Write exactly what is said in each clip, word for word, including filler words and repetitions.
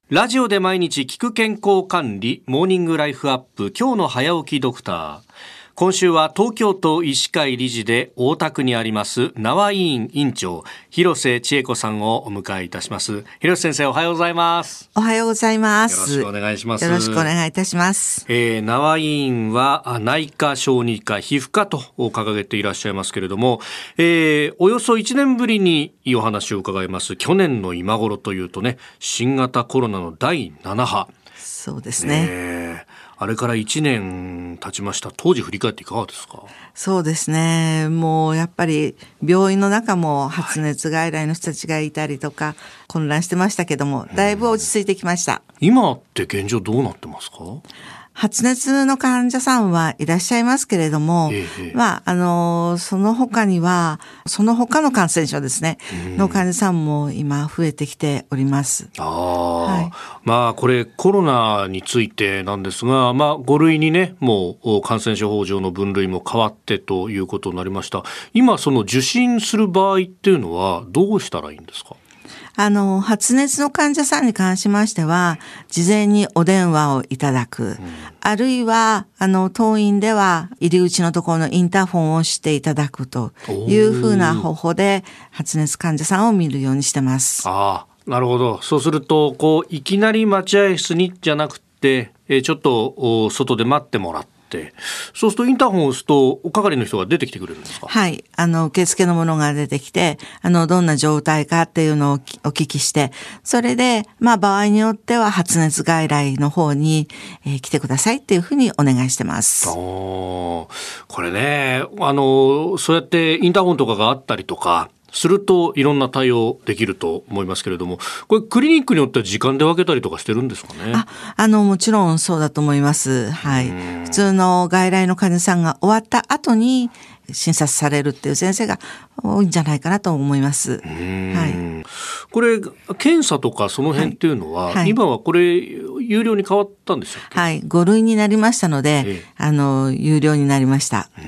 ラジオで毎日聞く健康管理モーニングライフアップ、今日の早起きドクター。今週は東京都医師会理事で大田区にあります縄医院院長広瀬千恵子さんをお迎えいたします。広瀬先生、おはようございます。 おはようございます。 よろしくお願いします。 よろしくお願いいたします。 えー、縄医院は内科、小児科、皮膚科と掲げていらっしゃいますけれども、えー、およそいちねんぶりにいいお話を伺います。去年の今頃というとね、新型コロナのだいなな波。 そうですね。 えーあれからいちねん経ちました。当時振り返っていかがですか？ そうですね。もうやっぱり病院の中も発熱外来の人たちがいたりとか、はい、混乱してましたけども、だいぶ落ち着いてきました。 今って現状どうなってますか？ 発熱の患者さんはいらっしゃいますけれども、ええ、まあ、あの、その他には、その他の感染症ですね、の患者さんも今増えてきております。 あ、はい、まあ、これコロナについてなんですが、まあ、ご類にね、もう感染症法上の分類も変わってということになりました。今、その受診する場合っていうのはどうしたらいいんですか？ あの、発熱の患者さんに関しましては、事前にお電話をいただく。うん、あるいは、あの、当院では、入り口のところのインターフォンを押していただくというふうな方法で、発熱患者さんを見るようにしてます。 ああ、なるほど。そうすると、こう、いきなり待合室にじゃなくて、えちょっと外で待ってもらって、そうするとインターホンを押すとお係の人が出てきてくれるんですか？ はい。あの、受付の者が出てきて、あの、どんな状態かっていうのをお聞きして、それで、まあ、場合によっては発熱外来の方に、えー、来てくださいっていうふうにお願いしてます。 おこれね、あの、そうやってインターホンとかがあったりとか、するといろんな対応できると思いますけれども、これクリニックによっては時間で分けたりとかしてるんですかね？ あ、あの、もちろんそうだと思います。はい。普通の外来の患者さんが終わった後に診察されるっていう先生が多いんじゃないかなと思います。はい。 これ検査とかその辺っていうのは、はいはい、今はこれ有料に変わったんですよ。 はい。ご類になりましたので、ええ、あの有料になりました。はい。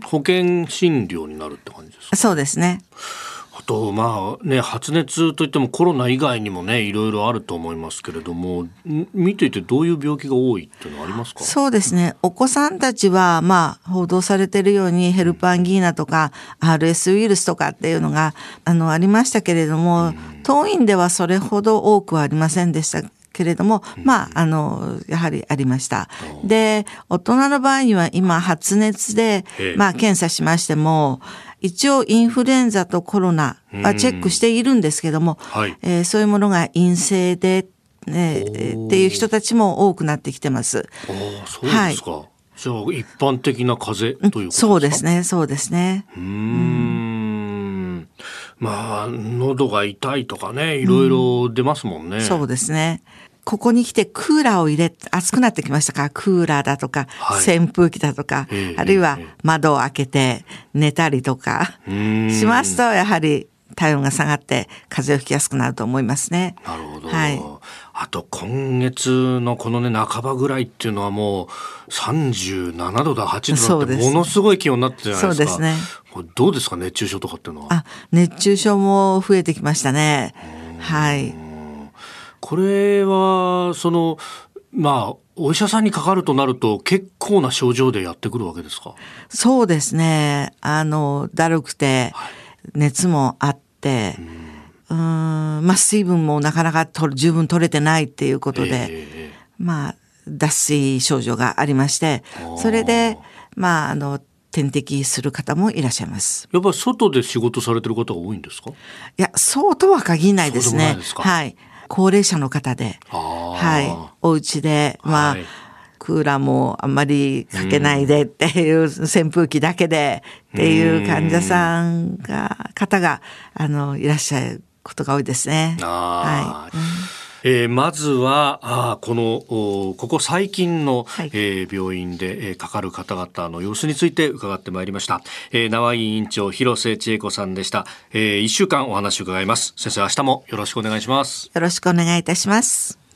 保険診療になるって感じですか？ そうですね。 あとまあね、発熱といってもコロナ以外にもね、いろいろあると思いますけれども、見ていてどういう病気が多いっていうのはありますか？ そうですね。お子さんたちはまあ報道されているようにヘルパンギーナとか アールエス ウイルスとかっていうのがあのありましたけれども、当院ではそれほど多くはありませんでしたけれども、まあ、あの、やはりありました。で、大人の場合には今発熱で、まあ、検査しましても、一応インフルエンザとコロナはチェックしているんですけども、はい、えー、そういうものが陰性で、ね、っていう人たちも多くなってきてます。 ああ、そうですか。はい、じゃあ一般的な風邪ということですか？ そうですね、そうですね。 うーん、うん、まあ喉が痛いとかね、いろいろ出ますもんね。 うん、そうですね。ここに来てクーラーを入れ、暑くなってきましたから、クーラーだとか、はい、扇風機だとか、えー、あるいは窓を開けて寝たりとかしますと、やはり体温が下がって風邪をひきやすくなると思いますね。 なるほど。 はい、 あと今月のこのね、半ばぐらいっていうのはもうさんじゅうななどだ、はちどだってものすごい気温になってるじゃないですか。 そうですね。 これどうですか、熱中症とかっていうのは？ あ、熱中症も増えてきましたね。はい。 これはそのまあお医者さんにかかるとなると結構な症状でやってくるわけですか？ そうですね。あのだるくて、はい、熱もあって、うーん、まあ水分もなかなかと十分取れてないっていうことで、えー、まあ脱水症状がありまして、それでまああの点滴する方もいらっしゃいます。 やっぱり外で仕事されてる方が多いんですか？ いや、そうとは限らないですね。 そうでもないですか？ はい。高齢者の方で、はい、お家で、まあ、はい、クーラーもあんまりかけないでっていう扇風機だけでっていう患者さんが、方が、あの、いらっしゃることが多いですね。 はい。うん、えー、まずはあこのここ最近の、はい、えー、病院で、えー、かかる方々の様子について伺ってまいりました。えー、縄医院長広瀬千恵子さんでした。えー、いっしゅうかんお話を伺います。先生、明日もよろしくお願いします。 よろしくお願いいたします。